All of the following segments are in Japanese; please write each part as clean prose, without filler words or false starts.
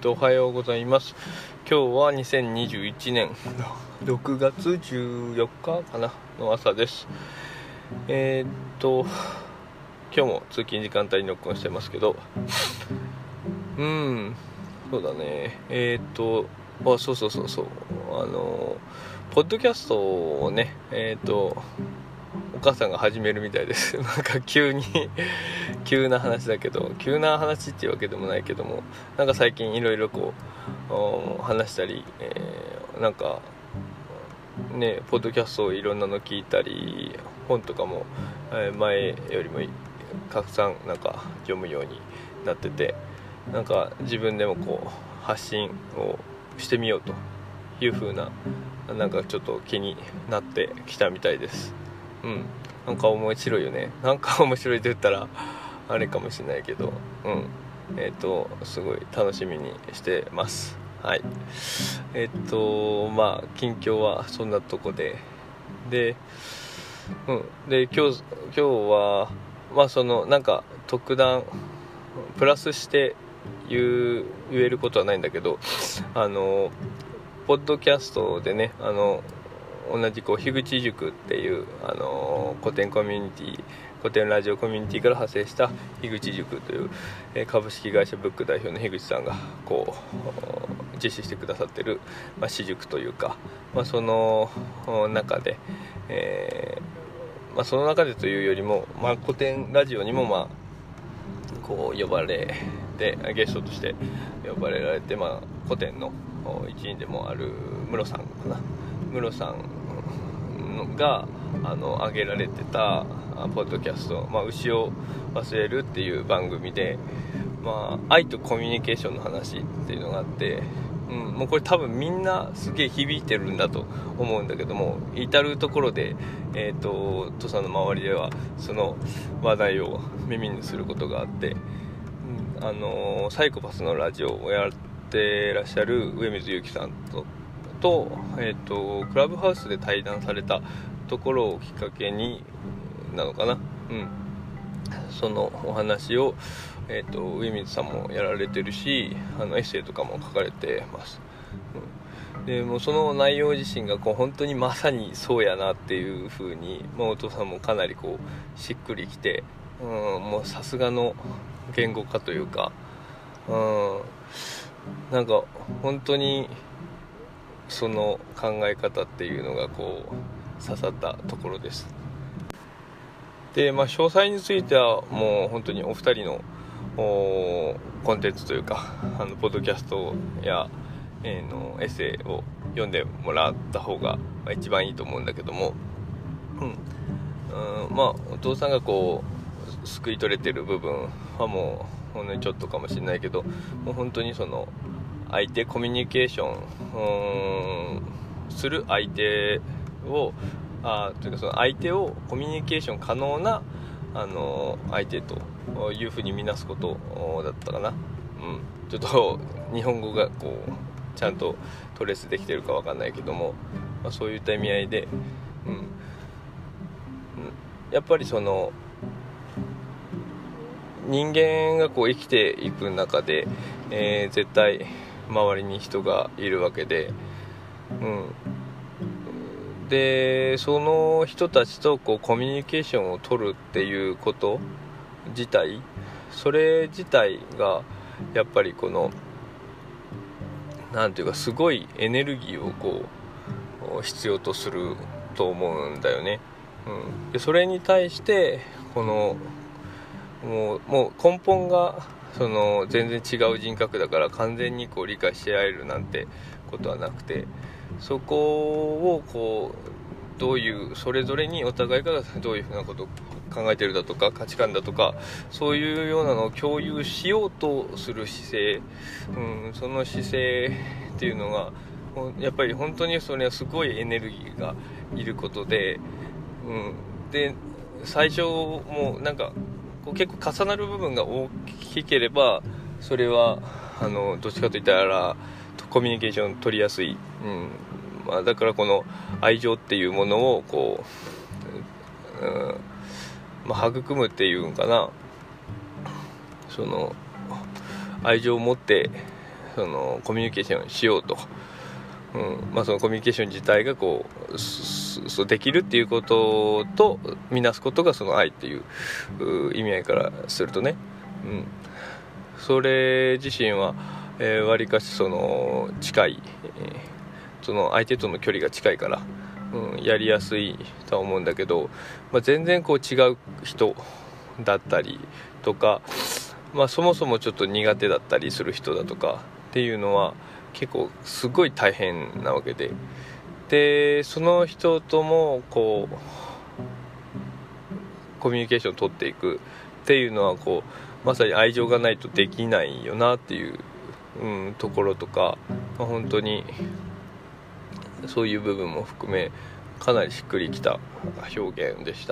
おはようございます。今日は2021年6月14日かなの朝です。今日も通勤時間帯に録音してますけど、そうだね。そうポッドキャストをね、お母さんが始めるみたいです。なんか急な話だけど、急な話っていうわけでもないけども、なんか最近いろいろ話したり、なんかね、ポッドキャストをいろんなの聞いたり、本とかも、前よりもたくさんなんか読むようになってて、なんか自分でも発信をしてみようという風な、なんかちょっと気になってきたみたいです。なんか面白いよね。なんか面白いって言ったらあれかもしれないけど、すごい楽しみにしてます。はい。近況はそんなとこで、で今日はなんか特段プラスして言えることはないんだけど、ポッドキャストでね、同じ樋口塾っていう古典ラジオコミュニティから派生した樋口塾という、株式会社ブック代表の樋口さんが実施してくださってる、私塾というか、その中で、その中でというよりも、古典ラジオにも呼ばれて、ゲストとして呼ばれられて、古典の一員でもある室さんが上げられてたポッドキャスト、牛を忘れるっていう番組で、愛とコミュニケーションの話っていうのがあって、もうこれ多分みんなすげえ響いてるんだと思うんだけども、至るところで土佐の周りではその話題を耳にすることがあって、サイコパスのラジオをやってらっしゃる上水祐樹さんとクラブハウスで対談されたところをきっかけになのかな、そのお話を、上水さんもやられてるし、エッセイとかも書かれてます。でもうその内容自身が本当にまさにそうやなっていう風に、お父さんもかなりしっくりきて、もうさすがの言語化というか、なんか本当にその考え方っていうのが刺さったところです。で、詳細についてはもう本当にお二人のコンテンツというか、ポッドキャストや、エッセイを読んでもらった方が一番いいと思うんだけども、お父さんが救い取れてる部分はもうほんのにちょっとかもしれないけど、もう本当にそのコミュニケーションする相手をというかその相手をコミュニケーション可能な相手というふうに見なすことだったかな。ちょっと日本語がちゃんとトレースできてるかわかんないけども、そういった意味合いで、やっぱりその人間が生きていく中で、絶対周りに人がいるわけで、でその人たちとコミュニケーションを取るっていうこと自体、それ自体がやっぱりなんていうかすごいエネルギーを必要とすると思うんだよね。でそれに対してもう根本が全然違う人格だから完全に理解し合えるなんてことはなくて、そこをどういうそれぞれにお互いがどういうふうなことを考えてるだとか価値観だとか、そういうようなのを共有しようとする姿勢、その姿勢っていうのがやっぱり本当にそれはすごいエネルギーがいることで、で最初もなんか結構重なる部分が大きければ、それはどっちかといったらコミュニケーション取りやすい、だからこの愛情っていうものを育むっていうんかな、その愛情を持ってそのコミュニケーションしようと、そのコミュニケーション自体がこうできるっていうことと見なすことがその愛っていう意味合いからするとね、それ自身はわりかしその近い、その相手との距離が近いから、やりやすいとは思うんだけど、全然こう違う人だったりとか、そもそもちょっと苦手だったりする人だとかっていうのは結構すごい大変なわけで、その人ともこうコミュニケーションを取っていくっていうのはこうまさに愛情がないとできないよなっていう、ところとか、本当にそういう部分も含めかなりしっくりきた表現でした。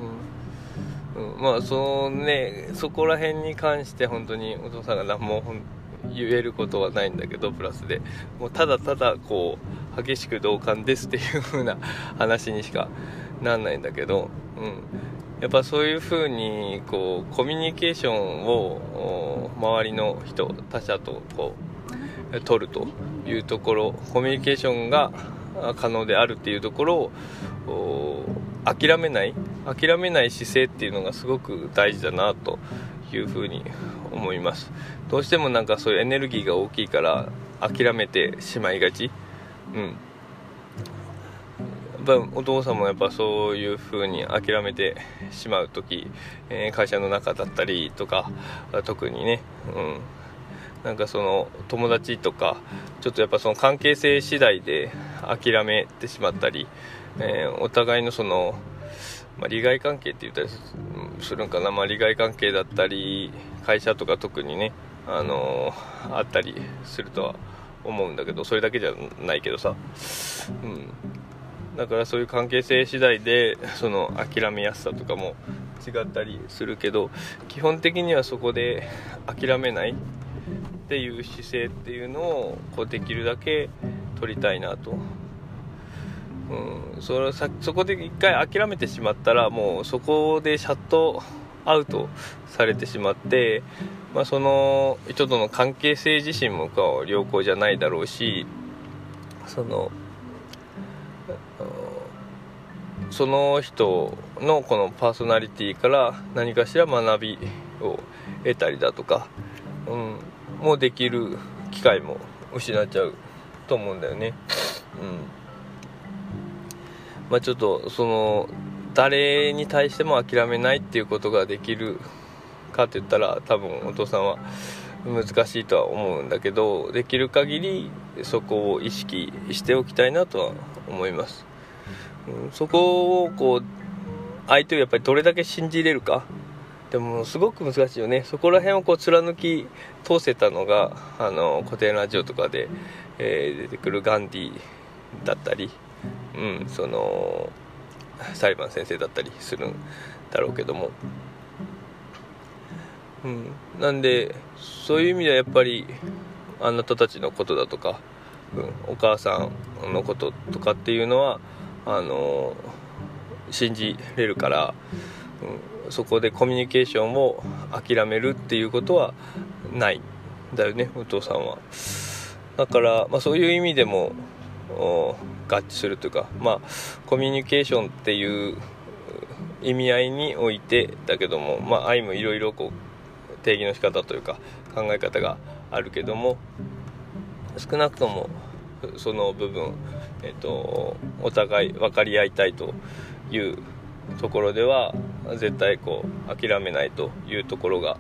そこら辺に関して本当にお父さんが何も言えることはないんだけど、プラスでもうただただこう激しく同感ですっていう風な話にしかなんないんだけど、やっぱそういう風にこうコミュニケーションを周りの人他者とこう取るというところ、コミュニケーションが可能であるっていうところを諦めない姿勢っていうのがすごく大事だなというふうに思います。どうしてもなんかそういうエネルギーが大きいから諦めてしまいがち、やっぱお父さんもやっぱそういうふうに諦めてしまう時、会社の中だったりとか特にね、なんかその友達とかちょっとやっぱその関係性次第で諦めてしまったり、お互いのその、利害関係って言ったりするのかな、利害関係だったり会社とか特にね、あったりするとは思うんだけど、それだけじゃないけどさ、だからそういう関係性次第でその諦めやすさとかも違ったりするけど、基本的にはそこで諦めないっていう姿勢っていうのをこうできるだけ取りたいなと、そこで一回諦めてしまったらもうそこでシャットアウトされてしまって、その人との関係性自身も良好じゃないだろうし、その人のこのパーソナリティから何かしら学びを得たりだとか、もうできる機会も失っちゃうと思うんだよね。ちょっとその誰に対しても諦めないっていうことができるかって言ったら多分お父さんは難しいとは思うんだけど、できる限りそこを意識しておきたいなとは思います。そこをこう相手をやっぱりどれだけ信じれるか、でもすごく難しいよね。そこら辺をこう貫き通せたのが古典ラジオとかで、出てくるガンディだったり、そのサリバン先生だったりするんだろうけども、なんでそういう意味ではやっぱりあなたたちのことだとか、お母さんのこととかっていうのは信じれるから、そこでコミュニケーションを諦めるっていうことはないんだよね、お父さんは。だから、そういう意味でも合致するというか、コミュニケーションっていう意味合いにおいてだけども、愛もいろいろこう定義の仕方というか考え方があるけども、少なくともその部分、お互い分かり合いたいというところでは絶対こう諦めないというところが、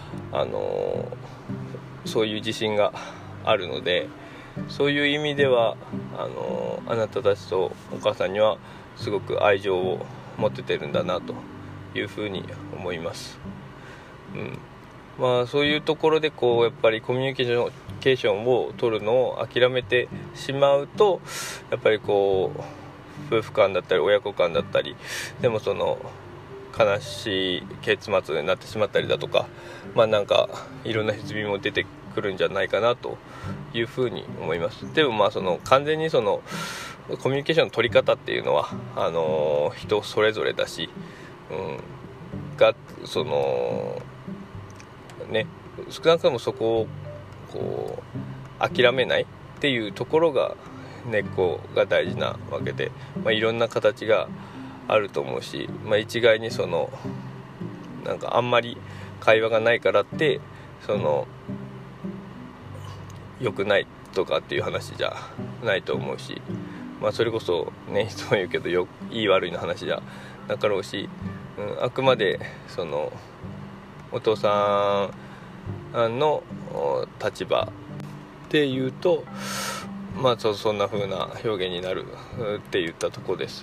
そういう自信があるので、そういう意味ではあなたたちとお母さんにはすごく愛情を持ててるんだなというふうに思います。そういうところでこうやっぱりコミュニケーションを取るのを諦めてしまうと、やっぱりこう夫婦間だったり親子間だったりでもその悲しい結末になってしまったりだとか、なんかいろんな歪みも出てくるんじゃないかなというふうに思います。でもその完全にそのコミュニケーションの取り方っていうのは人それぞれだし、そのね、少なくともそこをこう諦めないっていうところが根っこが大事なわけで、いろんな形があると思うし、一概になんかあんまり会話がないからって良くないとかっていう話じゃないと思うし、それこそね、いつも言うけどいい悪いの話じゃなかろうし、あくまでお父さんの立場で言うと、そんな風な表現になるって言ったとこです。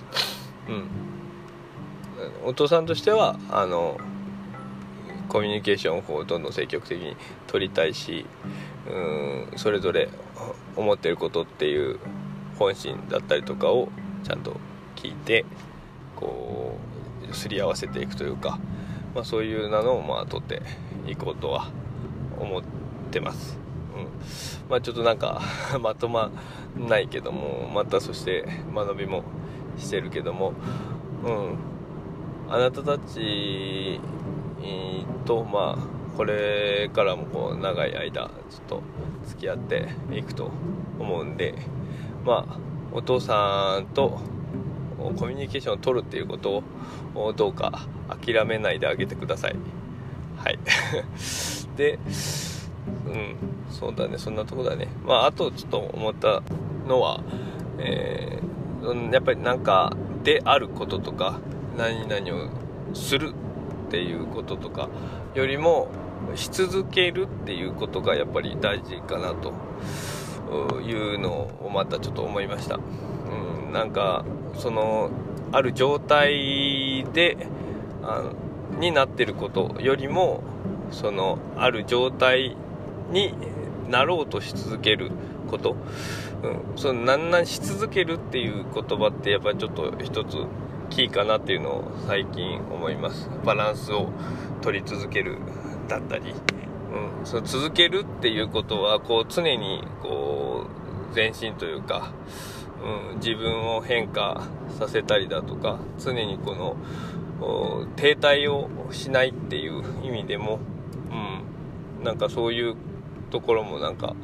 お父さんとしてはコミュニケーションをどんどん積極的に取りたいし、それぞれ思っていることっていう本心だったりとかをちゃんと聞いてこうすり合わせていくというか、そういうのを取っていこうとは思ってます。ちょっとなんかまとまんないけども、そして間延びもしてるけども、あなたたちとこれからも長い間ちょっと付き合っていくと思うんで、お父さんとコミュニケーションを取るっていうことをどうか諦めないであげてください。はいで、そうだね、そんなとこだね。あとちょっと思ったのは、やっぱりなんかであることとか何々をするっていうこととかよりもし続けるっていうことがやっぱり大事かなというのをまたちょっと思いました。なんかある状態でになってることよりもある状態になろうとし続けること、なんし続けるっていう言葉ってやっぱりちょっと一つキーかなっていうのを最近思います。バランスを取り続けるだったり、続けるっていうことは常に前進というか、自分を変化させたりだとか、常に停滞をしないっていう意味でも、なんかそういうところもなんか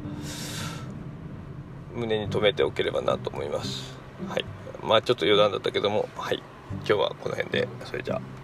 胸に留めておければなと思います。はい、ちょっと余談だったけども、はい、今日はこの辺で、それじゃあ。